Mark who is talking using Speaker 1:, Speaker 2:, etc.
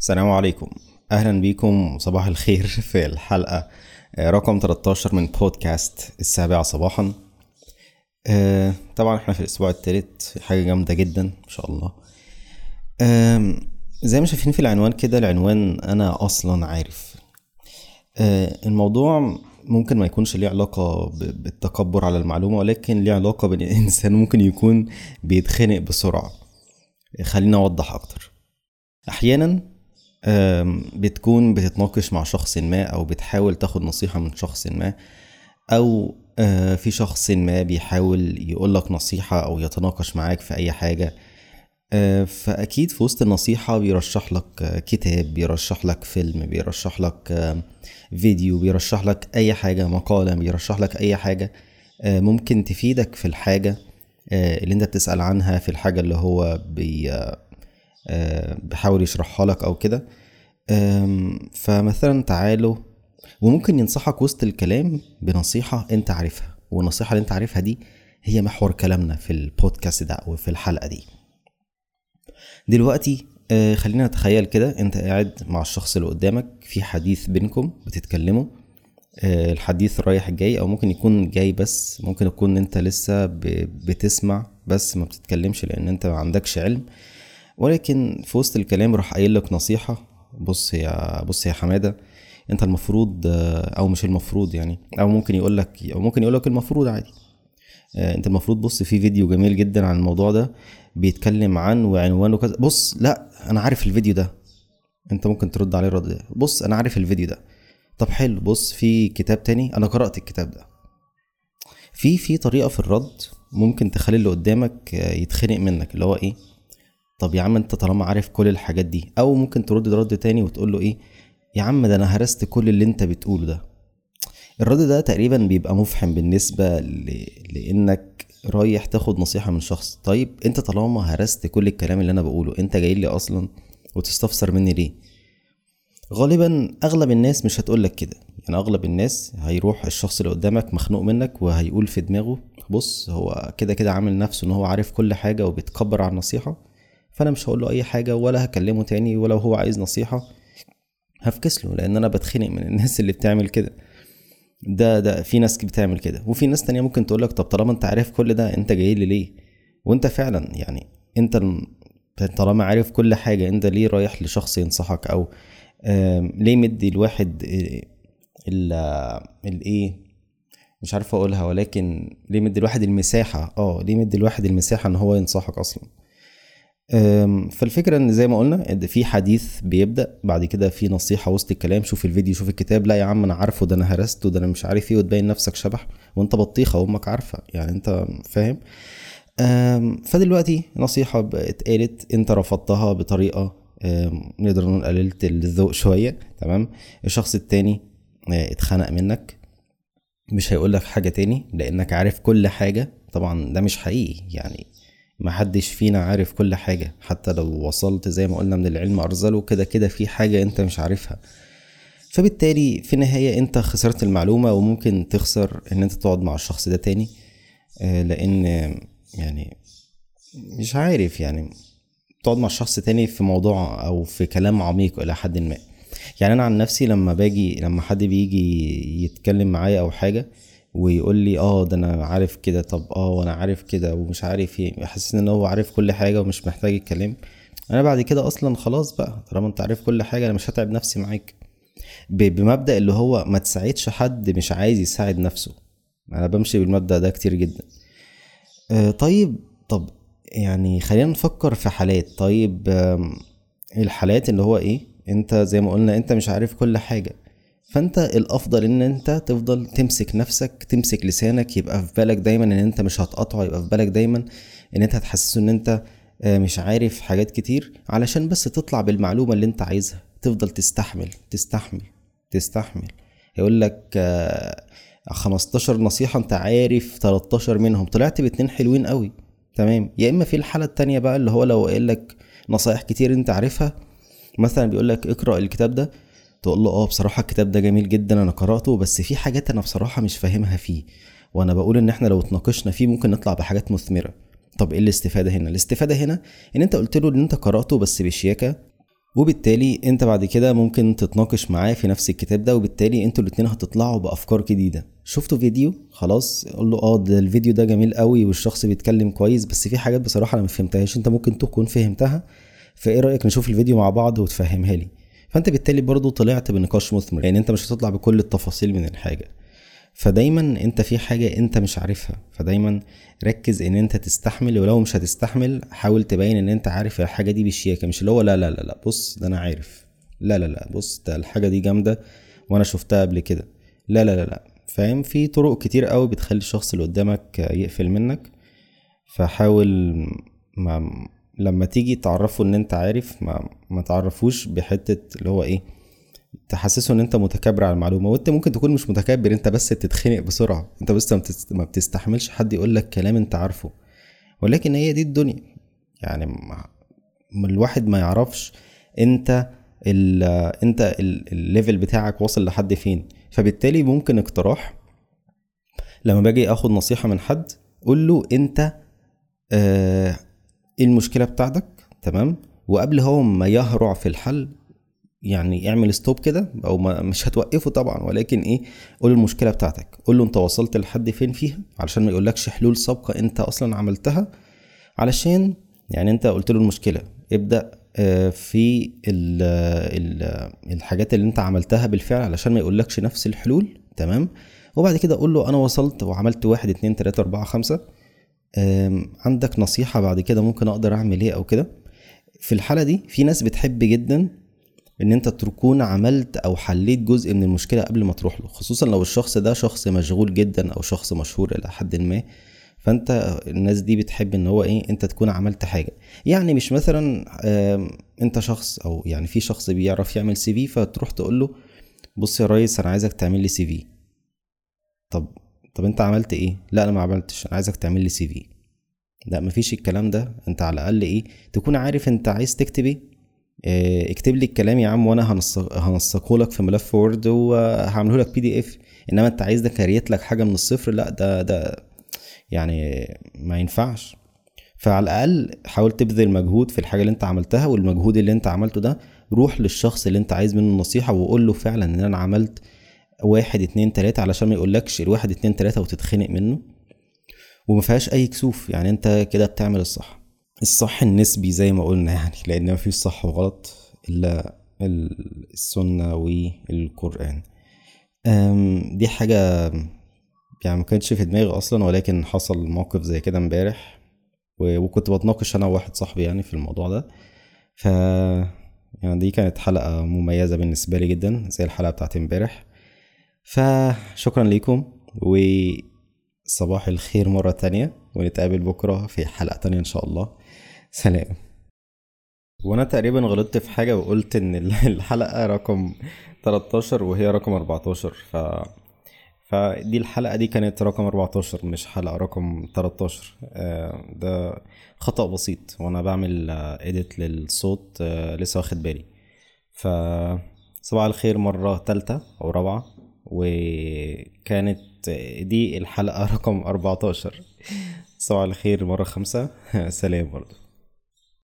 Speaker 1: السلام عليكم. أهلا بكم، صباح الخير في الحلقة رقم 13 من بودكاست 7 صباحا. طبعا احنا في الأسبوع الثالث، حاجة جامدة جدا إن شاء الله. زي ما شايفين في العنوان كده، العنوان أنا أصلا عارف. الموضوع ممكن ما يكونش ليه علاقة بالتكبر على المعلومة، ولكن ليه علاقة بأن الإنسان ممكن يكون بيتخنق بسرعة. خلينا أوضح أكتر. أحيانا بتكون بتتناقش مع شخص ما، او بتحاول تاخد نصيحة من شخص ما، او في شخص ما بيحاول يقولك نصيحة او يتناقش معاك في اي حاجة. فاكيد في وسط النصيحة بيرشح لك كتاب، بيرشح لك فيلم، بيرشح لك فيديو، بيرشح لك اي حاجة، مقالة، بيرشح لك اي حاجة ممكن تفيدك في الحاجة اللي انت بتسأل عنها، في الحاجة اللي هو بيحاول يشرحها لك او كده. فمثلا تعالوا، وممكن ينصحك وسط الكلام بنصيحة انت عارفها، والنصيحة اللي انت عارفها دي هي محور كلامنا في البودكاست ده وفي الحلقة دي دلوقتي. خلينا نتخيل كده، انت قاعد مع الشخص اللي قدامك، في حديث بينكم بتتكلموا. الحديث رايح جاي، او ممكن يكون جاي بس ممكن يكون انت لسه بتسمع بس ما بتتكلمش لان انت ما عندكش علم. ولكن في وسط الكلام راح قايل لك نصيحة: بص يا حمادة، انت المفروض، او مش المفروض يعني، او ممكن يقول لك المفروض عادي. انت المفروض، بص، في فيديو جميل جدا عن الموضوع ده، بيتكلم عن وعنوانه كذا. بص، لا انا عارف الفيديو ده. انت ممكن ترد عليه رد: بص انا عارف الفيديو ده. طب حلو، بص في كتاب تاني انا قرأت الكتاب ده. في طريقة في الرد ممكن تخلي اللي قدامك يتخنق منك، اللي هو ايه: طب يا عم انت طالما عارف كل الحاجات دي. او ممكن ترد رد تاني وتقول له ايه: يا عم ده انا هرست كل اللي انت بتقوله ده. الرد ده تقريبا بيبقى مفحم بالنسبة لانك رايح تاخد نصيحة من شخص. طيب انت طالما هرست كل الكلام اللي انا بقوله، انت جاي لي اصلا وتستفسر مني ليه؟ غالبا اغلب الناس مش هتقولك كده. يعني اغلب الناس هيروح الشخص اللي قدامك مخنوق منك وهيقول في دماغه: بص، هو كده كده عامل نفسه ان هو عارف كل حاجة وبيتكبر على النصيحة، فانا مش هقول له اي حاجة ولا هكلمه تاني، ولو هو عايز نصيحة هفكس له، لان انا بتخنق من الناس اللي بتعمل كده. ده في ناس بتعمل كده، وفي ناس تانية ممكن تقولك: طب طالما انت عارف كل ده، انت جاي لي ليه؟ وانت فعلا يعني انت طالما عارف كل حاجة، انت ليه رايح لشخص ينصحك؟ او ليه مدي الواحد الايه، مش عارف اقولها، ولكن ليه مدي الواحد المساحة ان هو ينصحك اصلا؟ فالفكرة ان زي ما قلنا، في حديث بيبدأ، بعد كده في نصيحة وسط الكلام: شوف الفيديو، شوف الكتاب. لا يا عم انا عارفه، ده انا هرسته، ده انا مش عارف ايه، وتبين نفسك شبح وانت بطيخة وامك عارفة، يعني انت فاهم. فدلوقتي نصيحة اتقالت، انت رفضتها بطريقة نقدر نقول قللت الذوق شوية، تمام. الشخص التاني اتخنق منك، مش هيقولك حاجة تاني لانك عارف كل حاجة. طبعا ده مش حقيقي، يعني ما حدش فينا عارف كل حاجة، حتى لو وصلت زي ما قلنا من العلم أرزله، كده كده في حاجة انت مش عارفها. فبالتالي في النهاية انت خسرت المعلومة، وممكن تخسر ان انت تقعد مع الشخص ده تاني. لان يعني مش عارف، يعني تقعد مع الشخص تاني في موضوع او في كلام عميق الى حد ما. يعني انا عن نفسي لما حد بيجي يتكلم معايا او حاجة ويقول لي: ده انا عارف كده، طب وانا عارف كده ومش عارف ايه، احس ان هو عارف كل حاجة ومش محتاج يتكلم. انا بعد كده اصلا خلاص بقى، طالما انت عارف كل حاجة انا مش هتعب نفسي معاك. بمبدأ اللي هو ما تساعدش حد مش عايز يساعد نفسه. انا بمشي بالمبدأ ده كتير جدا. طب يعني خلينا نفكر في حالات. طيب الحالات اللي هو ايه، انت زي ما قلنا انت مش عارف كل حاجة، فانت الافضل ان انت تفضل تمسك نفسك، تمسك لسانك، يبقى في بالك دايما ان انت مش هتقطعه، يبقى في بالك دايما ان انت هتحسسه ان انت مش عارف حاجات كتير، علشان بس تطلع بالمعلومة اللي انت عايزها. تفضل تستحمل تستحمل تستحمل. يقول لك 15 نصيحة انت عارف 13 منهم، طلعت ب2 حلوين قوي، تمام. يا اما في الحالة التانية بقى، اللي هو لو قال لك نصايح كتير انت عارفها، مثلا بيقول لك اقرأ الكتاب ده، تقول له: بصراحة الكتاب ده جميل جدا، انا قرأته، بس في حاجات انا بصراحة مش فاهمها فيه، وانا بقول ان احنا لو اتناقشنا فيه ممكن نطلع بحاجات مثمرة. طب ايه الاستفادة هنا؟ الاستفادة هنا ان انت قلت له ان انت قرأته بس بشياكة، وبالتالي انت بعد كده ممكن تتناقش معاه في نفس الكتاب ده، وبالتالي انتوا الاتنين هتطلعوا بافكار جديده. شفتوا فيديو خلاص، قول له ده الفيديو ده جميل قوي والشخص بيتكلم كويس، بس في حاجات بصراحه انا ما فهمتهاش، انت ممكن تكون فهمتها، فايه رايك نشوف الفيديو مع بعض وتفهمها لي. فانت بالتالي برضو طلعت بنقاش مثمر، لان انت مش هتطلع بكل التفاصيل من الحاجه. فدايما انت في حاجة انت مش عارفها، فدايما ركز ان انت تستحمل، ولو مش هتستحمل حاول تبين ان انت عارف الحاجة دي بشياكة، مش اللي هو لا لا لا لا بص ده انا عارف، لا لا لا بص ده الحاجة دي جامدة وانا شفتها قبل كده، لا لا لا لا. فاهم؟ في طرق كتير قوي بتخلي الشخص اللي قدامك يقفل منك. فحاول ما لما تيجي تعرفه ان انت عارف، ما تعرفوش بحتة اللي هو ايه، تحسسه ان انت متكبر على المعلومه، وانت ممكن تكون مش متكبر، انت بس بتتخنق بسرعه، انت بس ما بتستحملش حد يقول لك كلام انت عارفه. ولكن هي دي الدنيا، يعني الواحد ما يعرفش انت ال انت الليفل بتاعك واصل لحد فين. فبالتالي ممكن اقتراح، لما باجي اخد نصيحه من حد قول له انت ايه المشكله بتاعتك، تمام؟ وقبل هو ما يهرع في الحل، يعني اعمل ستوب كده، او ما مش هتوقفه طبعا، ولكن ايه، قول المشكله بتاعتك، قول له انت وصلت لحد فين فيها، علشان ما يقولكش حلول سابقه انت اصلا عملتها. علشان يعني انت قلت له المشكله، ابدا في الحاجات اللي انت عملتها بالفعل علشان ما يقولكش نفس الحلول، تمام؟ وبعد كده قول له انا وصلت وعملت 1 2 3 4 5، عندك نصيحه بعد كده ممكن اقدر اعمل ايه او كده. في الحاله دي في ناس بتحب جدا ان انت تكون عملت او حليت جزء من المشكلة قبل ما تروح له، خصوصا لو الشخص ده شخص مشغول جدا او شخص مشهور الى حد ما. فانت الناس دي بتحب ان هو ايه، انت تكون عملت حاجة. يعني مش مثلا انت شخص، او يعني في شخص بيعرف يعمل سي في، فتروح تقول له بص يا ريس انا عايزك تعمل لي سي في. طب طب انت عملت ايه؟ لا انا ما عملتش، انا عايزك تعمل لي سي في. لا مفيش الكلام ده، انت على الاقل ايه، تكون عارف انت عايز تكتب ايه. اكتب لي الكلام يا عم وانا هنسقه لك في ملف وورد وهعمله لك بي دي اف. انما انت عايز ده كريت لك حاجه من الصفر، لا ده يعني ما ينفعش. فعلى الاقل حاول تبذل مجهود في الحاجه اللي انت عملتها، والمجهود اللي انت عملته ده روح للشخص اللي انت عايز منه النصيحه وقول له فعلا ان انا عملت 1 2 3، علشان ما يقولكش 1 2 3 وتتخنق منه. وما فيهاش اي كسوف، يعني انت كده بتعمل الصح. الصح النسبي زي ما قلنا، يعني لان مفيش صح وغلط الا السنة والقرآن. دي حاجة يعني ما كانتش في دماغي اصلا، ولكن حصل موقف زي كده امبارح، وكنت بتناقش انا وواحد صاحبي يعني في الموضوع ده. ف يعني دي كانت حلقة مميزة بالنسبة لي جدا زي الحلقة بتاعت امبارح. فشكرا ليكم، وصباح الخير مرة تانية، ونتقابل بكرة في حلقة تانية ان شاء الله. سلام. وانا تقريبا غلطت في حاجة وقلت ان الحلقة رقم 13 وهي رقم 14، فدي الحلقة دي كانت رقم 14 مش حلقة رقم 13. ده خطأ بسيط وانا بعمل اديت للصوت، لسه واخد بالي. ف صباح الخير مرة تالتة او رابعة، وكانت دي الحلقة رقم 14. صباح الخير مرة 5. سلام برضو.